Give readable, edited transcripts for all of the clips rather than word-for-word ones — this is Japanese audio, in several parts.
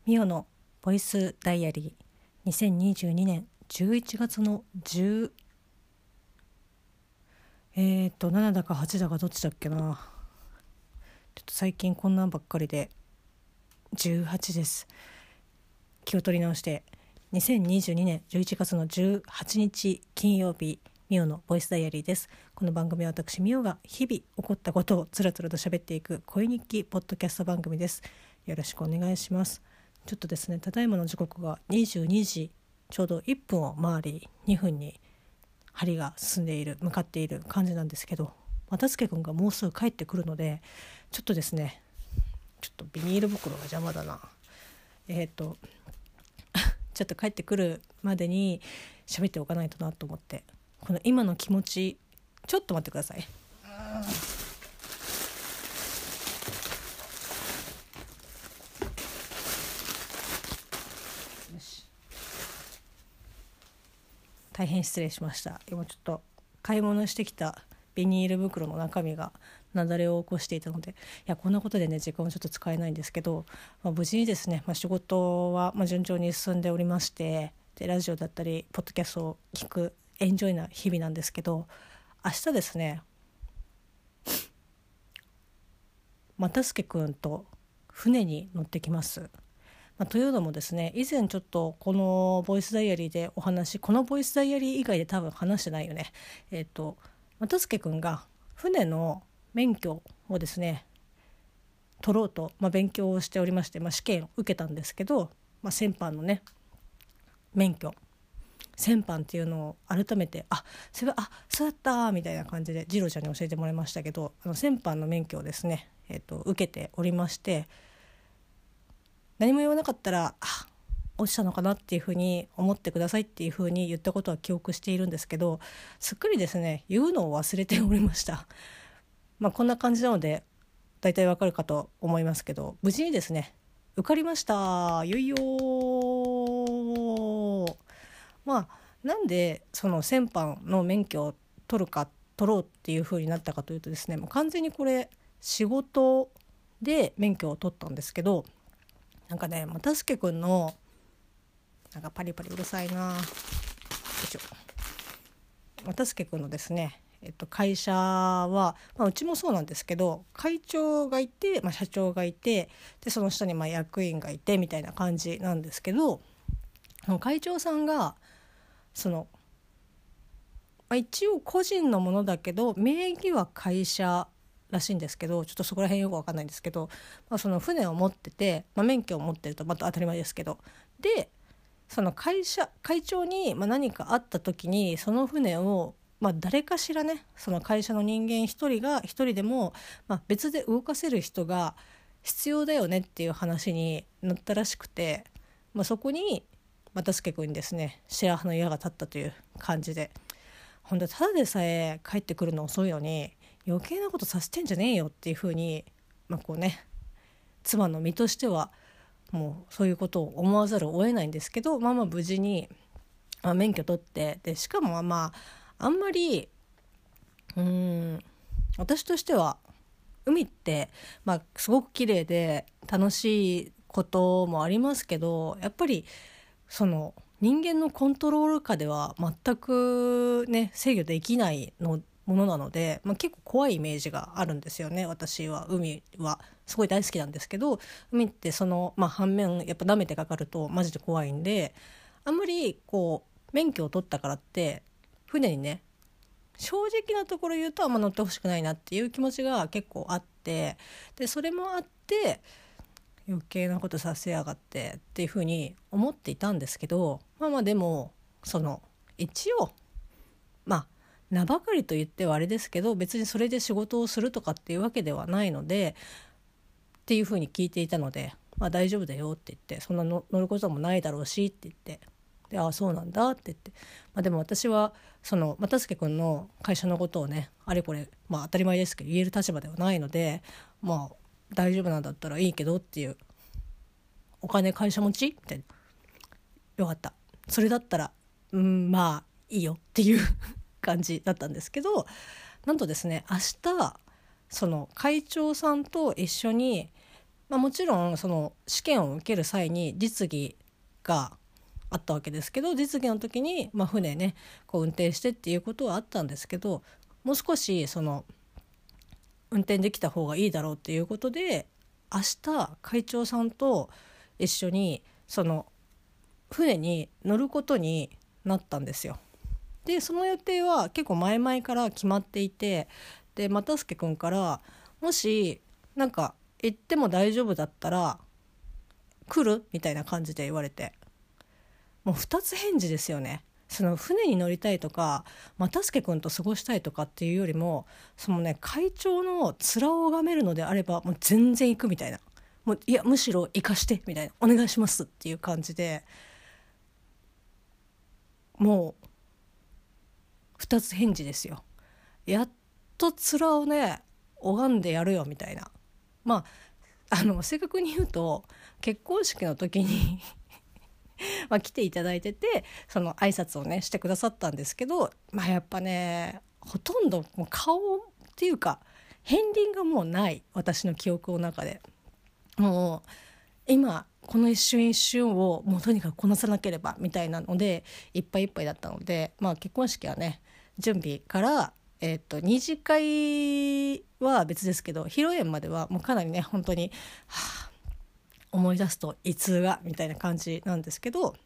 ミオのボイスダイアリー2022年11月の10 7だか8だかどっちだっけな。ちょっと最近こんなんばっかりで18です。気を取り直して2022年11月の18日金曜日、ミオのボイスダイアリーです。この番組は私ミオが日々起こったことをつらつらと喋っていく声日記ポッドキャスト番組です。よろしくお願いします。ちょっとですね、ただいまの時刻が22時ちょうど1分を回り2分に針が進んでいる向かっている感じなんですけど、又助くんがもうすぐ帰ってくるので、ちょっとですね、ちょっとビニール袋が邪魔だな。ちょっと帰ってくるまでに喋っておかないとなと思って、この今の気持ちちょっと待ってください。よし、大変失礼しました。今ちょっと買い物してきたビニール袋の中身が雪崩を起こしていたので、こんなことでね時間をちょっと使えないんですけど、無事にですね、仕事は順調に進んでおりまして、でラジオだったりポッドキャストを聞くエンジョイな日々なんですけど、明日ですね、又助くんと船に乗ってきます。というのもですね、以前ちょっとこのボイスダイアリーでこのボイスダイアリー以外で多分話してないよね。又助くんが船の免許をですね取ろうと、勉強をしておりまして、試験を受けたんですけど、先般のね免許、先般っていうのを改めてそうだったみたいな感じで次郎ちゃんに教えてもらいましたけど、先般の免許をですね、受けておりまして、何も言わなかったら落ちたのかなっていうふうに思ってくださいっていうふうに言ったことは記憶しているんですけど、すっかりですね言うのを忘れておりました。こんな感じなので大体わかるかと思いますけど、無事にですね受かりました。ゆいよー。なんでその先般の免許を取ろうっていう風になったかというとですね、もう完全にこれ仕事で免許を取ったんですけど、又助くんのパリパリうるさいな。又助くんのですね、会社は、うちもそうなんですけど、会長がいて、社長がいて、でその下に役員がいてみたいな感じなんですけど、会長さんが一応個人のものだけど名義は会社らしいんですけど、ちょっとそこら辺よく分かんないんですけど、その船を持ってて、免許を持ってると当たり前ですけど、でその会長に何かあった時にその船を誰かしらね、その会社の人間一人でも、別で動かせる人が必要だよねっていう話になったらしくて、そこに又助君にですね白羽の矢が立ったという感じで、本当ただでさえ帰ってくるの遅いのに余計なことさせてんじゃねえよっていう風に、妻の身としてはもうそういうことを思わざるを得ないんですけど、無事に、免許取って、でしかもあんまり私としては海って、すごく綺麗で楽しいこともありますけど、やっぱりその人間のコントロール下では全くね制御できないものなので、結構怖いイメージがあるんですよね。私は海はすごい大好きなんですけど、海って反面やっぱ舐めてかかるとマジで怖いんで、あんまり免許を取ったからって船にね、正直なところ言うと乗ってほしくないなっていう気持ちが結構あって、でそれもあって余計なことさせやがってっていうふうに思っていたんですけど、でも一応名ばかりと言ってはあれですけど、別にそれで仕事をするとかっていうわけではないのでっていうふうに聞いていたので、大丈夫だよって言って、そんな乗ることもないだろうしって言って、でそうなんだって言って、でも私はその又助君の会社のことをねあれこれ当たり前ですけど言える立場ではないので、大丈夫なんだったらいいけどっていう、お金会社持ちみたいな、よかったそれだったらいいよっていう感じだったんですけど、なんとですね明日その会長さんと一緒にもちろんその試験を受ける際に実技があったわけですけど、実技の時に、船ねこう運転してっていうことはあったんですけど、もう少しその運転できた方がいいだろうっていうことで、明日会長さんと一緒にその船に乗ることになったんですよ。でその予定は結構前々から決まっていて、で又助君からもしなんか行っても大丈夫だったら来るみたいな感じで言われて、もう2つ返事ですよね。その船に乗りたいとか又助君と過ごしたいとかっていうよりも、そのね会長の面を拝めるのであればもう全然行くみたいな、もういやむしろ行かしてみたいな、お願いしますっていう感じで、もう2つ返事ですよ。やっと面をね拝んでやるよみたいな。正確に言うと結婚式の時に来ていただいてて、その挨拶をねしてくださったんですけど、やっぱねほとんどもう顔っていうか片鱗がもうない、私の記憶の中で。もう今この一瞬一瞬をもうとにかくこなさなければみたいなのでいっぱいいっぱいだったので、結婚式はね準備から二次会は別ですけど、披露宴まではもうかなりね本当に、思い出すと胃痛がみたいな感じなんですけど、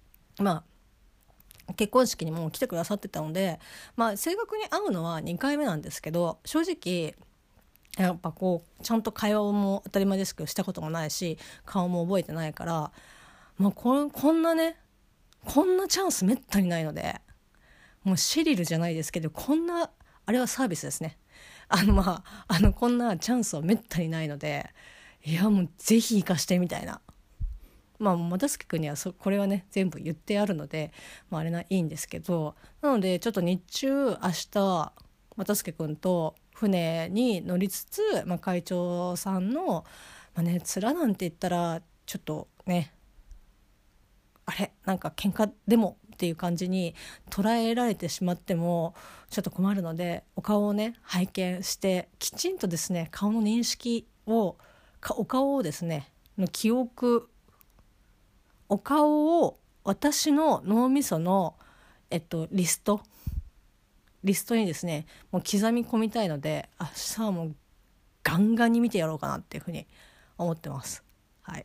結婚式にも来てくださってたので、正確に会うのは2回目なんですけど、正直やっぱこうちゃんと会話も当たり前ですけどしたこともないし、顔も覚えてないから、こんなねこんなチャンスめったにないので、もうシリルじゃないですけど、こんなあれはサービスですね。こんなチャンスはめったにないので、いやもうぜひ行かしてみたいな。又助君にはこれはね全部言ってあるので、あれないいんですけど、なのでちょっと日中明日又助君と船に乗りつつ、会長さんの、面なんて言ったらちょっとねあれなんか喧嘩でもっていう感じに捉えられてしまってもちょっと困るので、お顔をね拝見してきちんとですね顔の認識をお顔をですねの記憶、お顔を私の脳みそのリストにですねもう刻み込みたいので、明日はもうガンガンに見てやろうかなっていうふうに思ってます。はい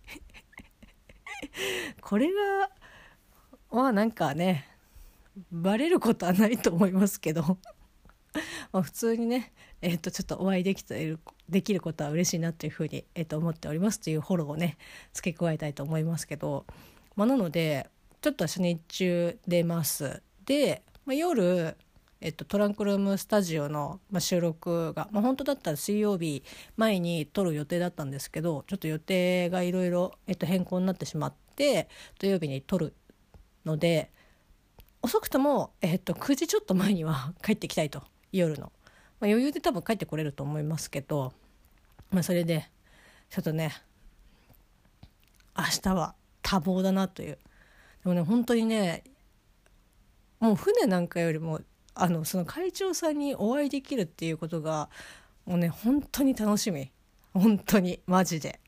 これがなんかねバレることはないと思いますけど普通にねちょっとお会いできることは嬉しいなというふうに、思っておりますというフォローをね付け加えたいと思いますけど、なのでちょっと明日日中出ます。で、夜トランクルームスタジオの、収録が、本当だったら水曜日前に撮る予定だったんですけど、ちょっと予定がいろいろ変更になってしまって土曜日に撮るので、遅くとも、9時ちょっと前には帰ってきたいと、夜の、余裕で多分帰ってこれると思いますけど、それでちょっとね明日は多忙だなという。でもね本当にねもう船なんかよりもその会長さんにお会いできるっていうことがもうね本当に楽しみ、本当にマジで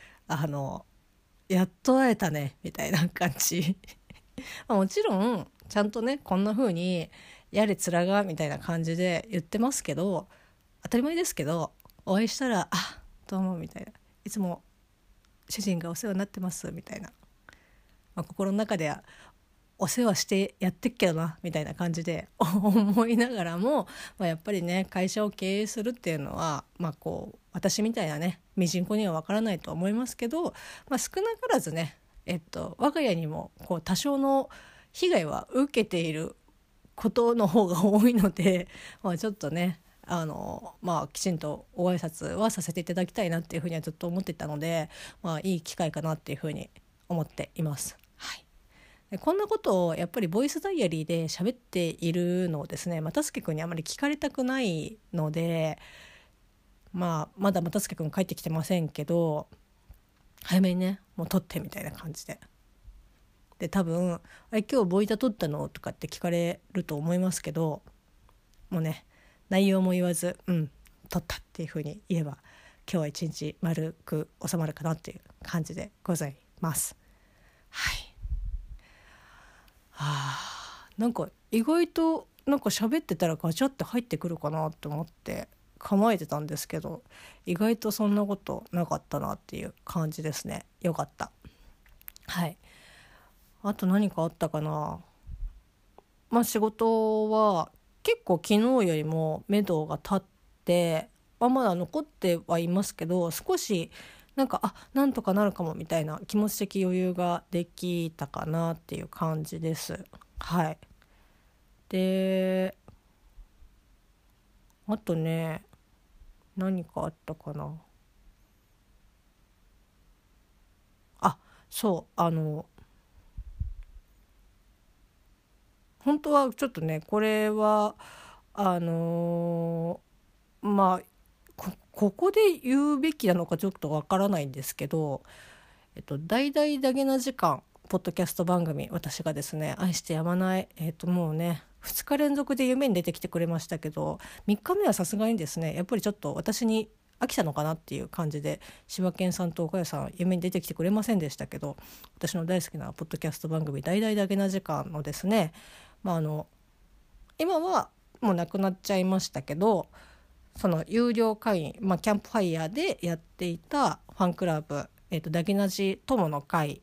やっと会えたねみたいな感じもちろんちゃんとねこんな風にやれ面がみたいな感じで言ってますけど、当たり前ですけどお会いしたらどうもみたいな、いつも主人がお世話になってますみたいな、心の中ではお世話してやってっけどなみたいな感じで思いながらも、やっぱりね会社を経営するっていうのは、私みたいなねミジンコには分からないと思いますけど、少なからずね、我が家にも多少の被害は受けていることの方が多いので、ちょっとねきちんとご挨拶はさせていただきたいなっていうふうにはずっと思ってたので、いい機会かなっていうふうに思っています。でこんなことをやっぱりボイスダイアリーで喋っているのをですね又助君にあまり聞かれたくないので、まだ又助君帰ってきてませんけど早めにねもう撮ってみたいな感じで多分今日ボイタ撮ったのとかって聞かれると思いますけど、もうね内容も言わず撮ったっていう風に言えば日は一日丸く収まるかなっていう感じでございます。はい。なんか意外となんか喋ってたらガチャって入ってくるかなと思って構えてたんですけど、意外とそんなことなかったなっていう感じですね。よかった。はい。あと何かあったかな。仕事は結構昨日よりも目処が立って、まだ残ってはいますけど、少しなんかなんとかなるかもみたいな気持ち的余裕ができたかなっていう感じです。はい。で、あとね、何かあったかな。そう本当はちょっとね、これはあのーまあここで言うべきなのかちょっとわからないんですけど、大々だけな時間ポッドキャスト番組、私がですね愛してやまない、もうね2日連続で夢に出てきてくれましたけど、3日目はさすがにですねやっぱりちょっと私に飽きたのかなっていう感じで、柴犬さんと岡谷さん夢に出てきてくれませんでしたけど、私の大好きなポッドキャスト番組大々だけな時間のですね、今はもうなくなっちゃいましたけど、その有料会員、キャンプファイヤーでやっていたファンクラブ、ダゲナジ友の会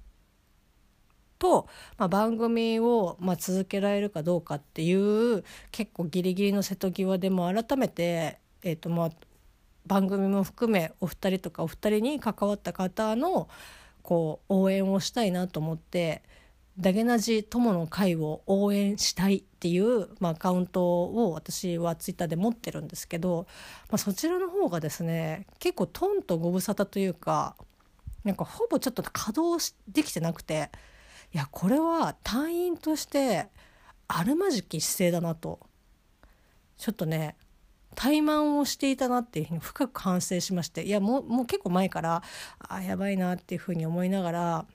と、番組を、続けられるかどうかっていう結構ギリギリの瀬戸際でも改めて、番組も含めお二人に関わった方のこう応援をしたいなと思って、ダゲナジ友の会を応援したいっていう、アカウントを私はツイッターで持ってるんですけど、そちらの方がですね結構トンとご無沙汰というか、なんかほぼちょっと稼働できてなくて、いやこれは隊員としてあるまじき姿勢だなと、ちょっとね怠慢をしていたなっていうふうに深く反省しまして、いやもう結構前からやばいなっていうふうに思いながら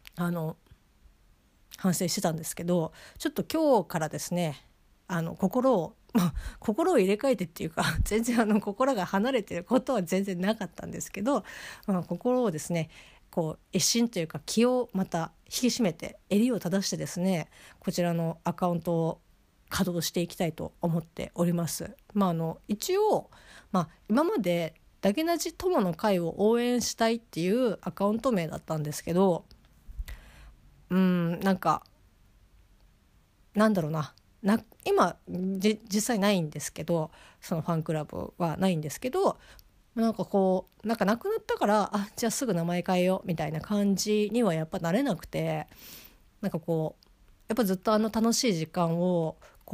反省してたんですけど、ちょっと今日からですね心を入れ替えてっていうか全然心が離れてることは全然なかったんですけど、心をですねこう一新というか気をまた引き締めて襟を正してですね、こちらのアカウントを稼働していきたいと思っております。一応、今までダゲナジ友の会を応援したいっていうアカウント名だったんですけど、なんかなんだろうな、今実際ないんですけど、そのファンクラブはないんですけど、なんかなくなったからじゃあすぐ名前変えようみたいな感じにはやっぱなれなくて、やっぱずっと楽しい時間を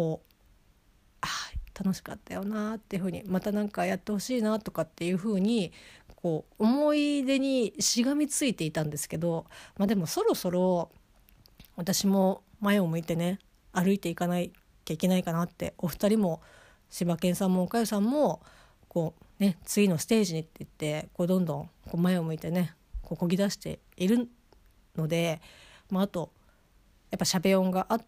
楽しかったよなっていう風に、またなんかやってほしいなとかっていう風に思い出にしがみついていたんですけど、でもそろそろ私も前を向いてね歩いていかなきゃいけないかなって、お二人も柴犬さんも岡代さんも次のステージにって言ってどんどん前を向いてね漕ぎ出しているので、あとやっぱしゃべ音があって、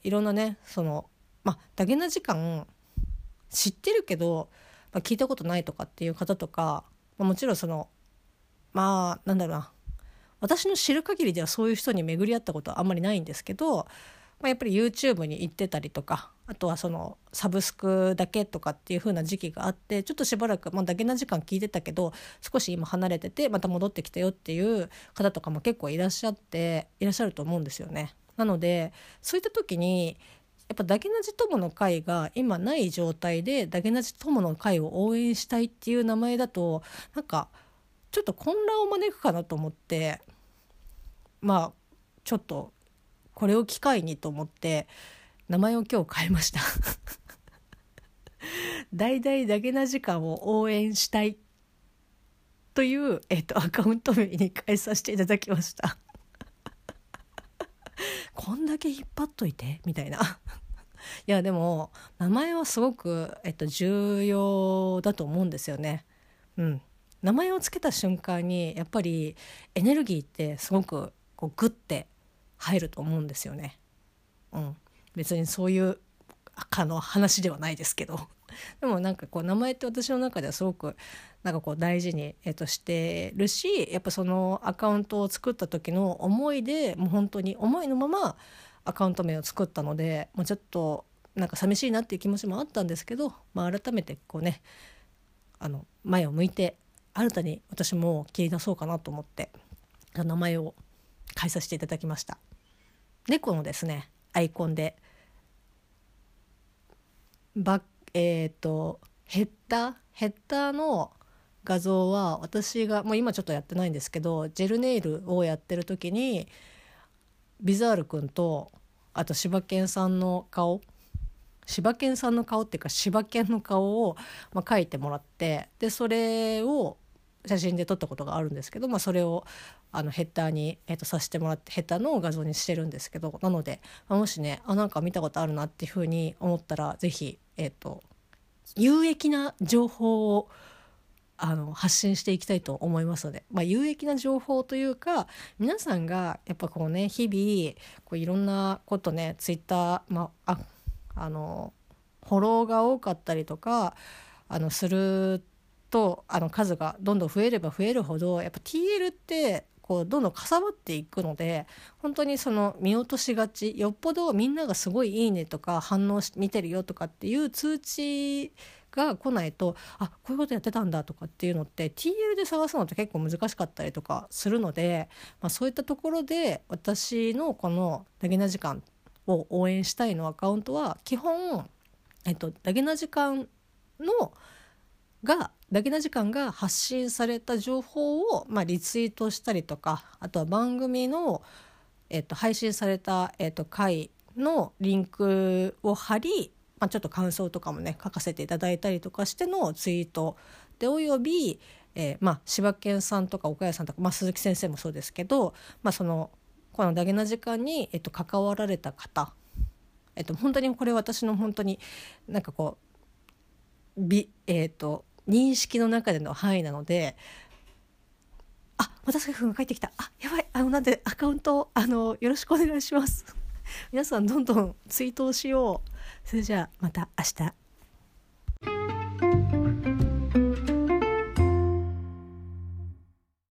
いろんなねダゲな時間知ってるけど、聞いたことないとかっていう方とか、もちろんなんだろうな、私の知る限りではそういう人に巡り合ったことはあんまりないんですけど、やっぱり YouTube に行ってたりとか、あとはサブスクだけとかっていう風な時期があって、ちょっとしばらくダゲな時間聞いてたけど少し今離れててまた戻ってきたよっていう方とかも結構いらっしゃると思うんですよね。なのでそういった時にやっぱダゲナジ友の会が今ない状態でダゲナジ友の会を応援したいっていう名前だとなんかちょっと混乱を招くかなと思って、ちょっとこれを機会にと思って名前を今日変えました大々ダゲな時間を応援したいという、アカウント名に変えさせていただきましたこんだけ引っ張っといてみたいないやでも名前はすごく、重要だと思うんですよね。名前をつけた瞬間にやっぱりエネルギーってすごくグッて入ると思うんですよね。別にそういう話ではないですけどでもなんかこう名前って私の中ではすごくなんかこう大事に、してるし、やっぱそのアカウントを作った時の思いでもう本当に思いのままアカウント名を作ったので、もうちょっとなんか寂しいなっていう気持ちもあったんですけど、改めてこうね前を向いて新たに私も切り出そうかなと思って名前を変えさせていただきました。猫のですねアイコンでヘッダーの画像は私がもう今ちょっとやってないんですけど、ジェルネイルをやってる時にビザールくんとあと柴犬さんの顔っていうか柴犬の顔を、描いてもらって、でそれを写真で撮ったことがあるんですけど、それをヘッダーに、させてもらって、ヘッダーの画像にしてるんですけど、なので、もしねなんか見たことあるなっていうふうに思ったらぜひ、有益な情報を発信していきたいと思いますので、有益な情報というか、皆さんがやっぱこうね日々こういろんなことねツイッター、フォローが多かったりとかすると数がどんどん増えれば増えるほどやっぱ TL ってこうどんどんかさばっていくので、本当にその見落としがち、よっぽどみんながすごいいいねとか反応見てるよとかっていう通知が来ないと、こういうことやってたんだとかっていうのって TL で探すのって結構難しかったりとかするので、そういったところで私のこのダゲな時間を応援したいのアカウントは基本、ダゲな時間が発信された情報を、リツイートしたりとか、あとは番組の、配信された、回のリンクを貼り、ちょっと感想とかもね書かせていただいたりとかしてのツイートで、および、柴犬さんとか岡谷さんとか、鈴木先生もそうですけど、このダゲな時間に、関わられた方、本当にこれ私の本当になんかこう認識の中での範囲なので、またすぐが帰ってきた、やばい、なんでアカウントよろしくお願いします皆さんどんどんツイートをしよう。それじゃあまた明日。